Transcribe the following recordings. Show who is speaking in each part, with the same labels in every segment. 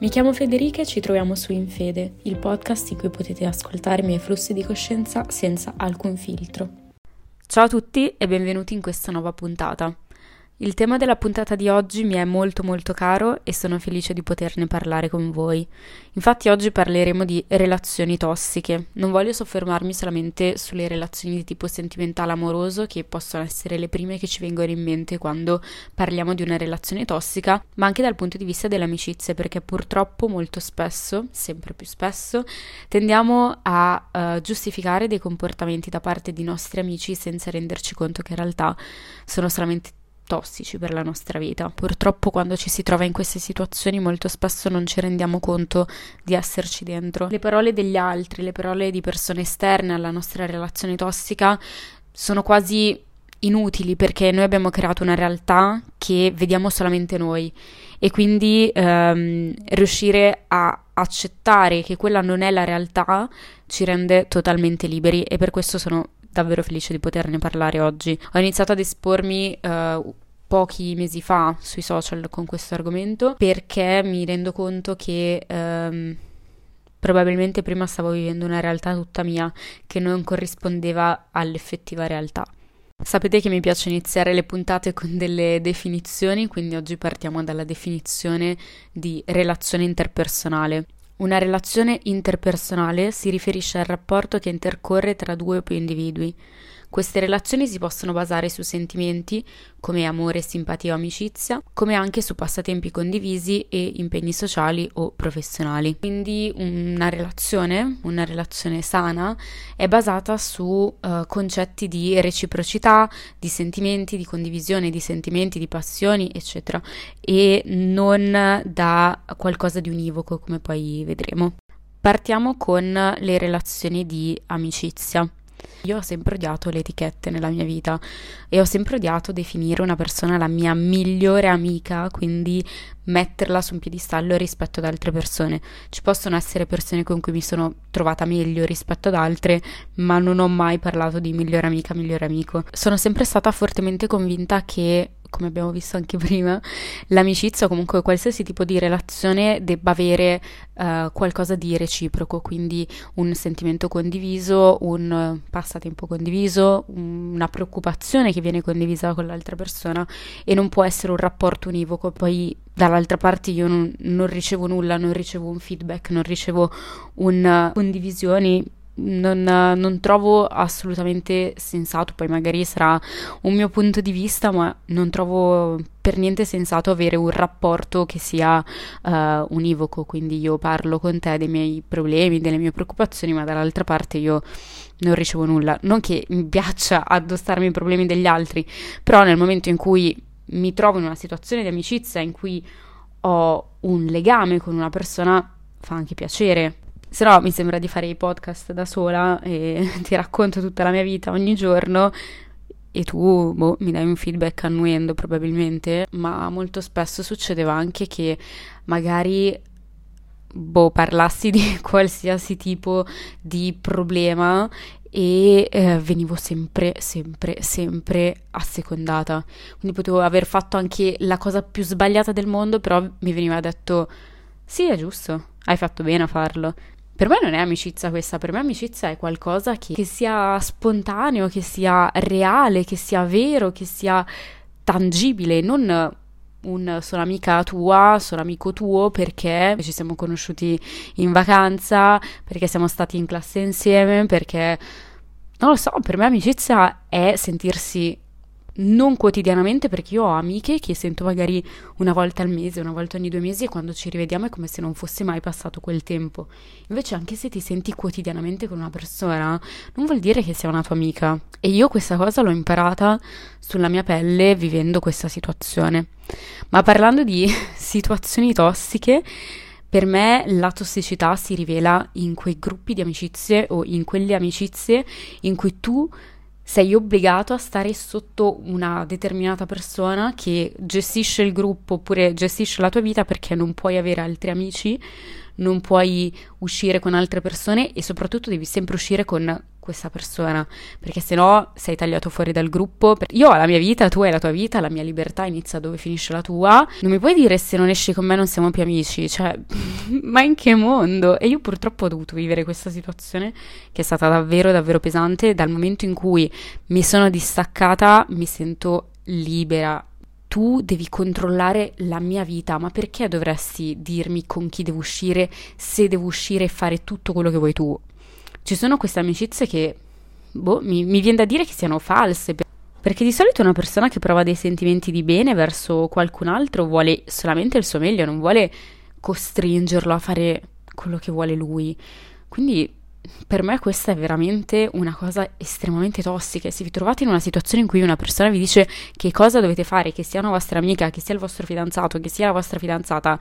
Speaker 1: Mi chiamo Federica e ci troviamo su In Fede, il podcast in cui potete ascoltare i miei flussi di coscienza senza alcun filtro. Ciao a tutti e benvenuti in questa nuova puntata. Il tema della puntata di oggi mi è molto caro e sono felice di poterne parlare con voi. Infatti oggi parleremo di relazioni tossiche. Non voglio soffermarmi solamente sulle relazioni di tipo sentimentale amoroso, che possono essere le prime che ci vengono in mente quando parliamo di una relazione tossica, ma anche dal punto di vista delle amicizie, perché purtroppo molto spesso, sempre più spesso, tendiamo a giustificare dei comportamenti da parte di nostri amici senza renderci conto che in realtà sono solamente tossici per la nostra vita. Purtroppo quando ci si trova in queste situazioni molto spesso non ci rendiamo conto di esserci dentro. Le parole degli altri, le parole di persone esterne alla nostra relazione tossica sono quasi inutili, perché noi abbiamo creato una realtà che vediamo solamente noi e quindi riuscire a accettare che quella non è la realtà ci rende totalmente liberi, e per questo sono davvero felice di poterne parlare oggi. Ho iniziato ad espormi pochi mesi fa sui social con questo argomento perché mi rendo conto che probabilmente prima stavo vivendo una realtà tutta mia che non corrispondeva all'effettiva realtà. Sapete che mi piace iniziare le puntate con delle definizioni, quindi oggi partiamo dalla definizione di relazione interpersonale. Una relazione interpersonale si riferisce al rapporto che intercorre tra due o più individui. Queste relazioni si possono basare su sentimenti come amore, simpatia o amicizia, come anche su passatempi condivisi e impegni sociali o professionali. Quindi una relazione sana è basata su concetti di reciprocità, di sentimenti, di condivisione di sentimenti, di passioni, eccetera, e non da qualcosa di univoco, come poi vedremo. Partiamo con le relazioni di amicizia. Io ho sempre odiato le etichette nella mia vita e ho sempre odiato definire una persona la mia migliore amica, quindi metterla su un piedistallo rispetto ad altre persone. Ci possono essere persone con cui mi sono trovata meglio rispetto ad altre, ma non ho mai parlato di migliore amica, migliore amico. Sono sempre stata fortemente convinta che, come abbiamo visto anche prima, l'amicizia o comunque qualsiasi tipo di relazione debba avere qualcosa di reciproco, quindi un sentimento condiviso, un passatempo condiviso, una preoccupazione che viene condivisa con l'altra persona, e non può essere un rapporto univoco. Poi dall'altra parte io non ricevo nulla, non ricevo un feedback, non ricevo condivisioni. Non trovo assolutamente sensato, poi magari sarà un mio punto di vista, ma non trovo per niente sensato avere un rapporto che sia univoco, quindi io parlo con te dei miei problemi, delle mie preoccupazioni, ma dall'altra parte io non ricevo nulla. Non che mi piaccia addossarmi i problemi degli altri, però nel momento in cui mi trovo in una situazione di amicizia in cui ho un legame con una persona, fa anche piacere. Se no mi sembra di fare i podcast da sola e ti racconto tutta la mia vita ogni giorno e tu mi dai un feedback annuendo probabilmente, ma molto spesso succedeva anche che magari parlassi di qualsiasi tipo di problema e venivo sempre assecondata. Quindi potevo aver fatto anche la cosa più sbagliata del mondo, però mi veniva detto sì, è giusto, hai fatto bene a farlo. Per me non è amicizia questa, per me amicizia è qualcosa che sia spontaneo, che sia reale, che sia vero, che sia tangibile, non sono amica tua, sono amico tuo perché ci siamo conosciuti in vacanza, perché siamo stati in classe insieme, perché non lo so, per me amicizia è sentirsi non quotidianamente, perché io ho amiche che sento magari una volta al mese, una volta ogni 2 mesi, e quando ci rivediamo è come se non fosse mai passato quel tempo. Invece anche se ti senti quotidianamente con una persona non vuol dire che sia una tua amica, e io questa cosa l'ho imparata sulla mia pelle vivendo questa situazione. Ma parlando di situazioni tossiche, per me la tossicità si rivela in quei gruppi di amicizie o in quelle amicizie in cui tu sei obbligato a stare sotto una determinata persona che gestisce il gruppo oppure gestisce la tua vita, perché non puoi avere altri amici, non puoi uscire con altre persone e soprattutto devi sempre uscire con questa persona, perché se no sei tagliato fuori dal gruppo. Io ho la mia vita, tu hai la tua vita, la mia libertà inizia dove finisce la tua. Non mi puoi dire se non esci con me non siamo più amici, cioè, ma in che mondo? E io purtroppo ho dovuto vivere questa situazione che è stata davvero, davvero pesante. Dal momento in cui mi sono distaccata, mi sento libera. Tu devi controllare la mia vita, ma perché dovresti dirmi con chi devo uscire, se devo uscire e fare tutto quello che vuoi tu? Ci sono queste amicizie che, mi viene da dire che siano false, perché di solito una persona che prova dei sentimenti di bene verso qualcun altro vuole solamente il suo meglio, non vuole costringerlo a fare quello che vuole lui. Quindi per me questa è veramente una cosa estremamente tossica. E se vi trovate in una situazione in cui una persona vi dice che cosa dovete fare, che sia una vostra amica, che sia il vostro fidanzato, che sia la vostra fidanzata,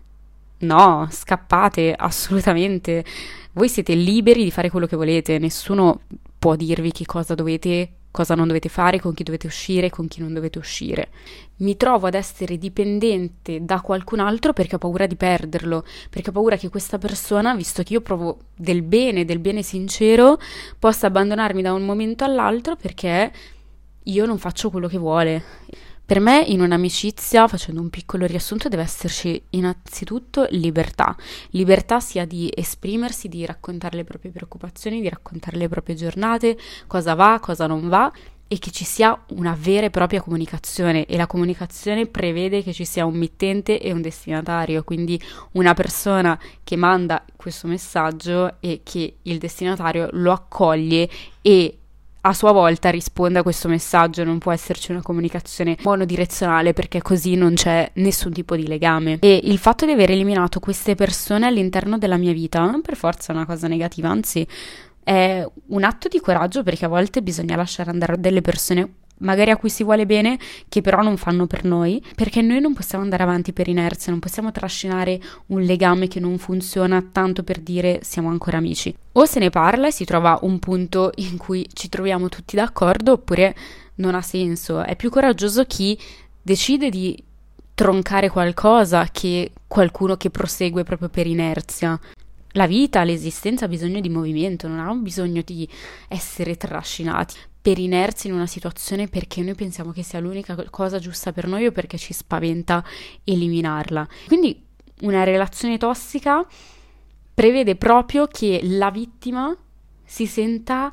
Speaker 1: no, scappate, assolutamente. Voi siete liberi di fare quello che volete, nessuno può dirvi che cosa dovete, cosa non dovete fare, con chi dovete uscire, con chi non dovete uscire. Mi trovo ad essere dipendente da qualcun altro perché ho paura di perderlo, perché ho paura che questa persona, visto che io provo del bene sincero, possa abbandonarmi da un momento all'altro perché io non faccio quello che vuole. Per me in un'amicizia, facendo un piccolo riassunto, deve esserci innanzitutto libertà. Libertà sia di esprimersi, di raccontare le proprie preoccupazioni, di raccontare le proprie giornate, cosa va, cosa non va, e che ci sia una vera e propria comunicazione. E la comunicazione prevede che ci sia un mittente e un destinatario, quindi una persona che manda questo messaggio e che il destinatario lo accoglie e a sua volta risponde a questo messaggio. Non può esserci una comunicazione monodirezionale perché così non c'è nessun tipo di legame. E il fatto di aver eliminato queste persone all'interno della mia vita non per forza è una cosa negativa, anzi è un atto di coraggio, perché a volte bisogna lasciare andare delle persone magari a cui si vuole bene, che però non fanno per noi, perché noi non possiamo andare avanti per inerzia, non possiamo trascinare un legame che non funziona tanto per dire siamo ancora amici. O se ne parla e si trova un punto in cui ci troviamo tutti d'accordo, oppure non ha senso. È più coraggioso chi decide di troncare qualcosa che qualcuno che prosegue proprio per inerzia. La vita, l'esistenza ha bisogno di movimento, non ha bisogno di essere trascinati per inerzia in una situazione perché noi pensiamo che sia l'unica cosa giusta per noi o perché ci spaventa eliminarla. Quindi una relazione tossica prevede proprio che la vittima si senta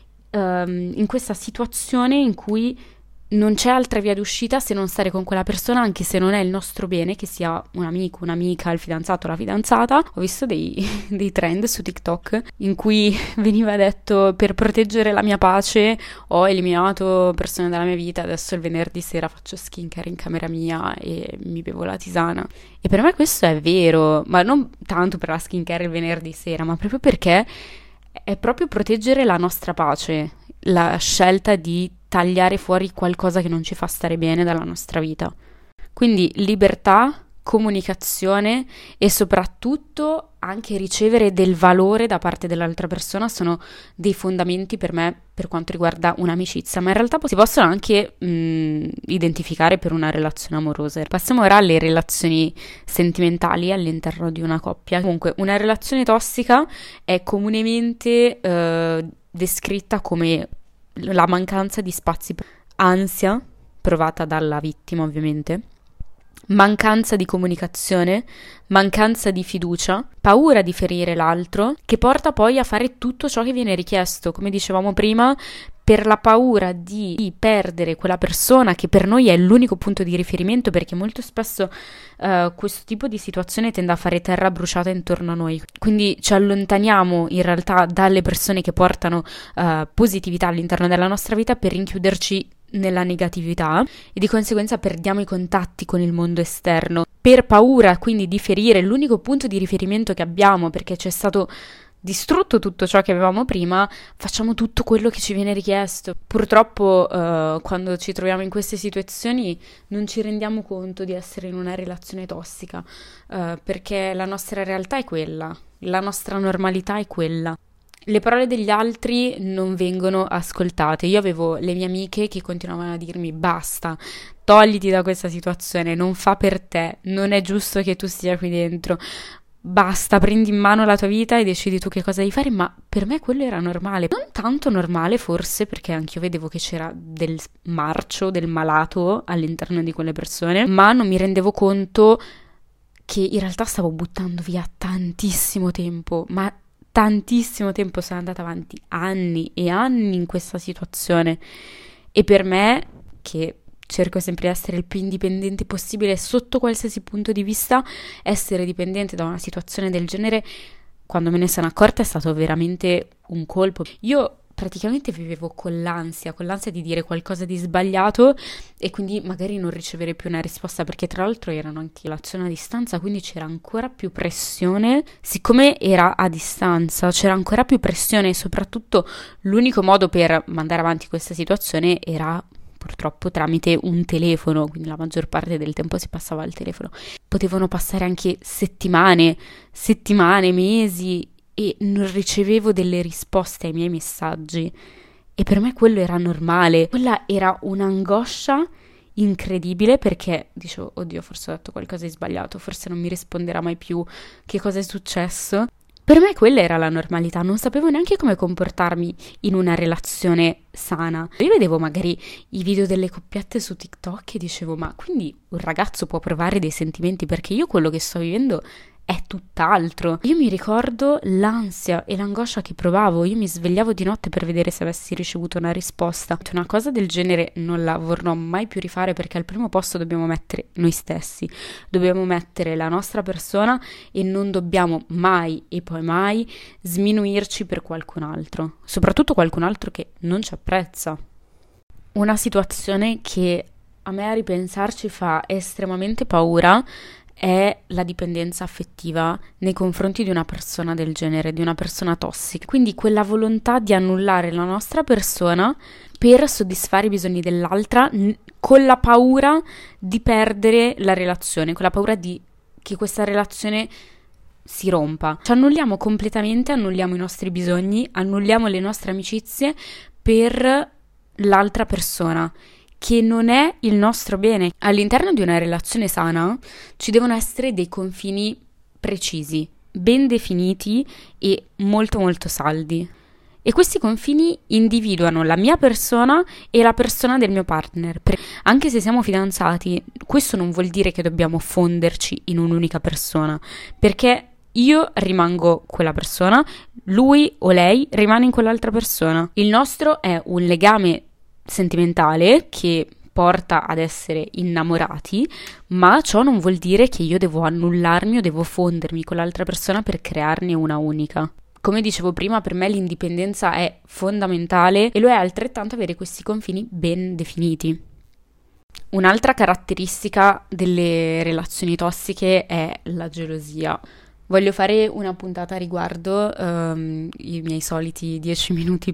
Speaker 1: in questa situazione in cui non c'è altra via d'uscita se non stare con quella persona, anche se non è il nostro bene, che sia un amico, un'amica, il fidanzato, la fidanzata. Ho visto dei trend su TikTok in cui veniva detto: per proteggere la mia pace ho eliminato persone dalla mia vita, adesso il venerdì sera faccio skincare in camera mia e mi bevo la tisana. E per me questo è vero, ma non tanto per la skincare il venerdì sera, ma proprio perché è proprio proteggere la nostra pace, la scelta di tagliare fuori qualcosa che non ci fa stare bene dalla nostra vita. Quindi libertà, comunicazione e soprattutto anche ricevere del valore da parte dell'altra persona sono dei fondamenti per me per quanto riguarda un'amicizia, ma in realtà si possono anche identificare per una relazione amorosa. Passiamo ora alle relazioni sentimentali all'interno di una coppia. Comunque una relazione tossica è comunemente descritta come la mancanza di spazi, ansia provata dalla vittima ovviamente, mancanza di comunicazione, mancanza di fiducia, paura di ferire l'altro, che porta poi a fare tutto ciò che viene richiesto, come dicevamo prima, per la paura di perdere quella persona che per noi è l'unico punto di riferimento, perché molto spesso questo tipo di situazione tende a fare terra bruciata intorno a noi, quindi ci allontaniamo in realtà dalle persone che portano positività all'interno della nostra vita per rinchiuderci nella negatività e di conseguenza perdiamo i contatti con il mondo esterno per paura quindi di ferire l'unico punto di riferimento che abbiamo, perché c'è stato distrutto tutto ciò che avevamo prima. Facciamo tutto quello che ci viene richiesto. Purtroppo quando ci troviamo in queste situazioni non ci rendiamo conto di essere in una relazione tossica, perché la nostra realtà è quella, la nostra normalità è quella. Le parole degli altri non vengono ascoltate. Io avevo le mie amiche che continuavano a dirmi: basta, togliti da questa situazione, non fa per te, non è giusto che tu stia qui dentro. basta, prendi in mano la tua vita e decidi tu che cosa devi fare, ma per me quello era normale. Non tanto normale forse, perché anch'io vedevo che c'era del marcio, del malato all'interno di quelle persone, ma non mi rendevo conto che in realtà stavo buttando via tantissimo tempo, ma tantissimo tempo. Sono andata avanti anni e anni in questa situazione, e per me, che cerco sempre di essere il più indipendente possibile sotto qualsiasi punto di vista, essere dipendente da una situazione del genere, quando me ne sono accorta, è stato veramente un colpo. Io praticamente vivevo con l'ansia di dire qualcosa di sbagliato e quindi magari non ricevere più una risposta, perché tra l'altro erano anche relazioni a distanza, quindi c'era ancora più pressione. Siccome era a distanza, c'era ancora più pressione, e soprattutto l'unico modo per mandare avanti questa situazione era purtroppo tramite un telefono, quindi la maggior parte del tempo si passava al telefono. Potevano passare anche settimane, mesi, e non ricevevo delle risposte ai miei messaggi, e per me quello era normale. Quella era un'angoscia incredibile, perché dicevo, oddio, forse ho detto qualcosa di sbagliato, forse non mi risponderà mai più, che cosa è successo? Per me quella era la normalità, non sapevo neanche come comportarmi in una relazione sana. Io vedevo magari i video delle coppiette su TikTok e dicevo, ma quindi un ragazzo può provare dei sentimenti? Perché io quello che sto vivendo è tutt'altro. Io mi ricordo l'ansia e l'angoscia che provavo. Io mi svegliavo di notte per vedere se avessi ricevuto una risposta. Una cosa del genere non la vorrò mai più rifare, perché al primo posto dobbiamo mettere noi stessi, dobbiamo mettere la nostra persona, e non dobbiamo mai e poi mai sminuirci per qualcun altro, soprattutto qualcun altro che non ci apprezza. Una situazione che a me, a ripensarci, fa estremamente paura è la dipendenza affettiva nei confronti di una persona del genere, di una persona tossica. Quindi quella volontà di annullare la nostra persona per soddisfare i bisogni dell'altra, con la paura di perdere la relazione, con la paura che questa relazione si rompa. Ci annulliamo completamente, annulliamo i nostri bisogni, annulliamo le nostre amicizie per l'altra persona, che non è il nostro bene. All'interno di una relazione sana ci devono essere dei confini precisi, ben definiti e molto molto saldi. E questi confini individuano la mia persona e la persona del mio partner. Anche se siamo fidanzati, questo non vuol dire che dobbiamo fonderci in un'unica persona, perché io rimango quella persona, lui o lei rimane in quell'altra persona. Il nostro è un legame sentimentale che porta ad essere innamorati, ma ciò non vuol dire che io devo annullarmi o devo fondermi con l'altra persona per crearne una unica. Come dicevo prima, per me l'indipendenza è fondamentale, e lo è altrettanto avere questi confini ben definiti. Un'altra caratteristica delle relazioni tossiche è la gelosia. Voglio fare una puntata a riguardo, i miei soliti 10 minuti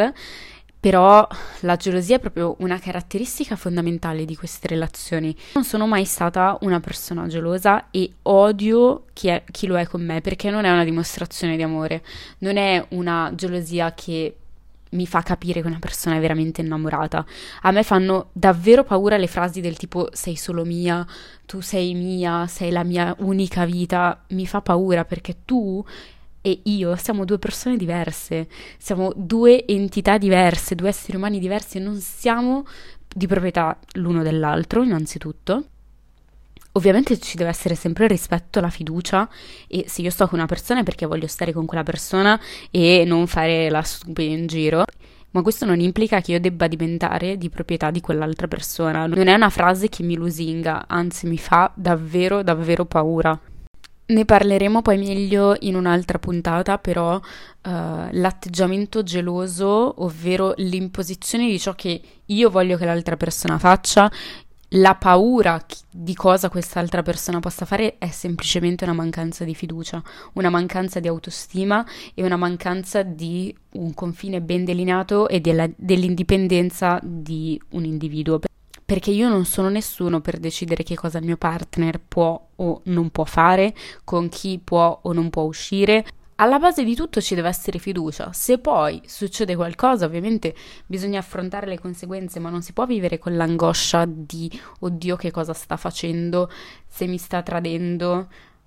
Speaker 1: però la gelosia è proprio una caratteristica fondamentale di queste relazioni. Non sono mai stata una persona gelosa e odio chi lo è con me, perché non è una dimostrazione di amore, non è una gelosia che mi fa capire che una persona è veramente innamorata. A me fanno davvero paura le frasi del tipo sei solo mia, tu sei mia, sei la mia unica vita. Mi fa paura, perché tu e io siamo due persone diverse, siamo due entità diverse, due esseri umani diversi, e non siamo di proprietà l'uno dell'altro, innanzitutto. Ovviamente ci deve essere sempre il rispetto, la fiducia, e se io sto con una persona è perché voglio stare con quella persona e non fare la stupida in giro. Ma questo non implica che io debba diventare di proprietà di quell'altra persona. Non è una frase che mi lusinga, anzi mi fa davvero, davvero paura. Ne parleremo poi meglio in un'altra puntata, però l'atteggiamento geloso, ovvero l'imposizione di ciò che io voglio che l'altra persona faccia, la paura di cosa quest'altra persona possa fare, è semplicemente una mancanza di fiducia, una mancanza di autostima e una mancanza di un confine ben delineato e dell'indipendenza di un individuo. Perché io non sono nessuno per decidere che cosa il mio partner può o non può fare, con chi può o non può uscire. Alla base di tutto ci deve essere fiducia. Se poi succede qualcosa, ovviamente bisogna affrontare le conseguenze, ma non si può vivere con l'angoscia di oddio che cosa sta facendo, se mi sta tradendo.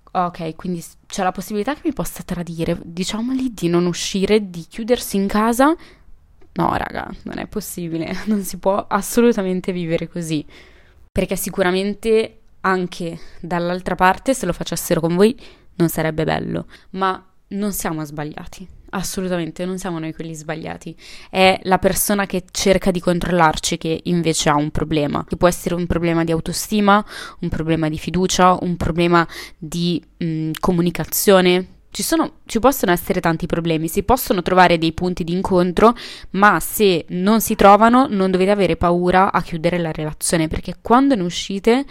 Speaker 1: ok, quindi c'è la possibilità che mi possa tradire, diciamogli di non uscire, di chiudersi in casa. No, raga, non è possibile, non si può assolutamente vivere così, perché sicuramente anche dall'altra parte, se lo facessero con voi, non sarebbe bello, ma non siamo sbagliati, assolutamente, non siamo noi quelli sbagliati, è la persona che cerca di controllarci che invece ha un problema, che può essere un problema di autostima, un problema di fiducia, un problema di comunicazione. Ci possono essere tanti problemi, si possono trovare dei punti di incontro, ma se non si trovano non dovete avere paura a chiudere la relazione, perché quando ne uscite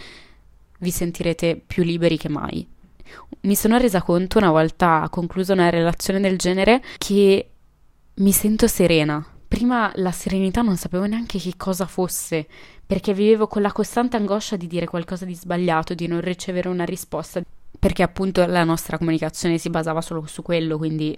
Speaker 1: vi sentirete più liberi che mai. Mi sono resa conto una volta conclusa una relazione del genere che mi sento serena. Prima la serenità non sapevo neanche che cosa fosse, perché vivevo con la costante angoscia di dire qualcosa di sbagliato, di non ricevere una risposta, perché appunto la nostra comunicazione si basava solo su quello, quindi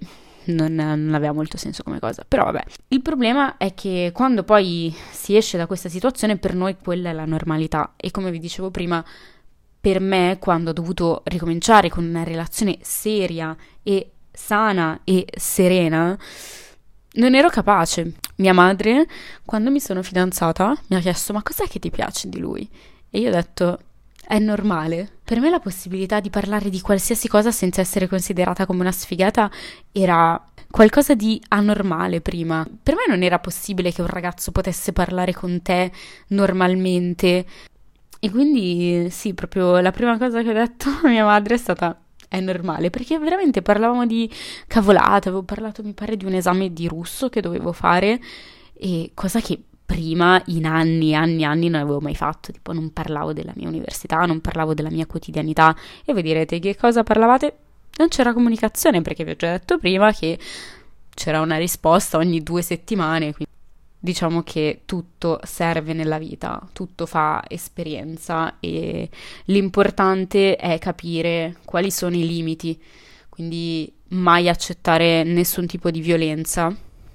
Speaker 1: non aveva molto senso come cosa. Però vabbè, il problema è che quando poi si esce da questa situazione, per noi quella è la normalità, e come vi dicevo prima, per me, quando ho dovuto ricominciare con una relazione seria e sana e serena, non ero capace. Mia madre, quando mi sono fidanzata, mi ha chiesto: ma cos'è che ti piace di lui? E io ho detto: è normale. Per me la possibilità di parlare di qualsiasi cosa senza essere considerata come una sfigata era qualcosa di anormale prima. Per me non era possibile che un ragazzo potesse parlare con te normalmente. E quindi sì, proprio la prima cosa che ho detto a mia madre è stata: è normale, perché veramente parlavamo di cavolate, avevo parlato mi pare di un esame di russo che dovevo fare, e cosa che prima in anni non avevo mai fatto, tipo non parlavo della mia università, non parlavo della mia quotidianità, e voi direte: che cosa parlavate? Non c'era comunicazione, perché vi ho già detto prima che c'era una risposta ogni 2 settimane, quindi diciamo che tutto serve nella vita, tutto fa esperienza, e l'importante è capire quali sono i limiti, quindi mai accettare nessun tipo di violenza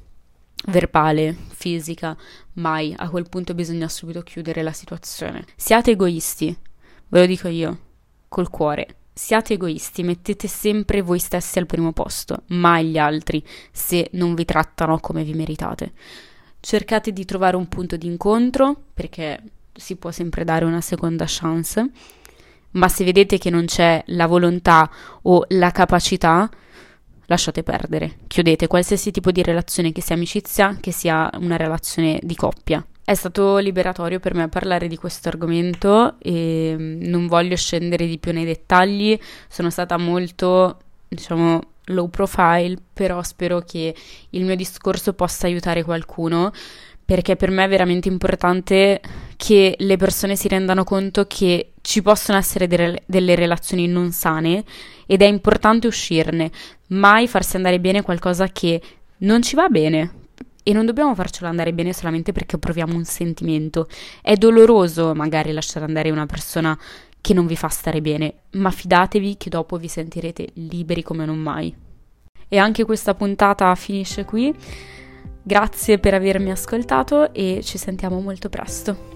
Speaker 1: verbale, fisica, mai. A quel punto bisogna subito chiudere la situazione. Siate egoisti, ve lo dico io, col cuore. Siate egoisti, mettete sempre voi stessi al primo posto, mai gli altri, se non vi trattano come vi meritate. Cercate di trovare un punto di incontro, perché si può sempre dare una seconda chance, ma se vedete che non c'è la volontà o la capacità, lasciate perdere, chiudete qualsiasi tipo di relazione, che sia amicizia, che sia una relazione di coppia. È stato liberatorio per me parlare di questo argomento e non voglio scendere di più nei dettagli, sono stata molto, diciamo, low profile, però spero che il mio discorso possa aiutare qualcuno, perché per me è veramente importante che le persone si rendano conto che ci possono essere delle relazioni non sane ed è importante uscirne, mai farsi andare bene qualcosa che non ci va bene. E non dobbiamo farcelo andare bene solamente perché proviamo un sentimento. È doloroso magari lasciare andare una persona che non vi fa stare bene, ma fidatevi che dopo vi sentirete liberi come non mai. E anche questa puntata finisce qui. Grazie per avermi ascoltato e ci sentiamo molto presto.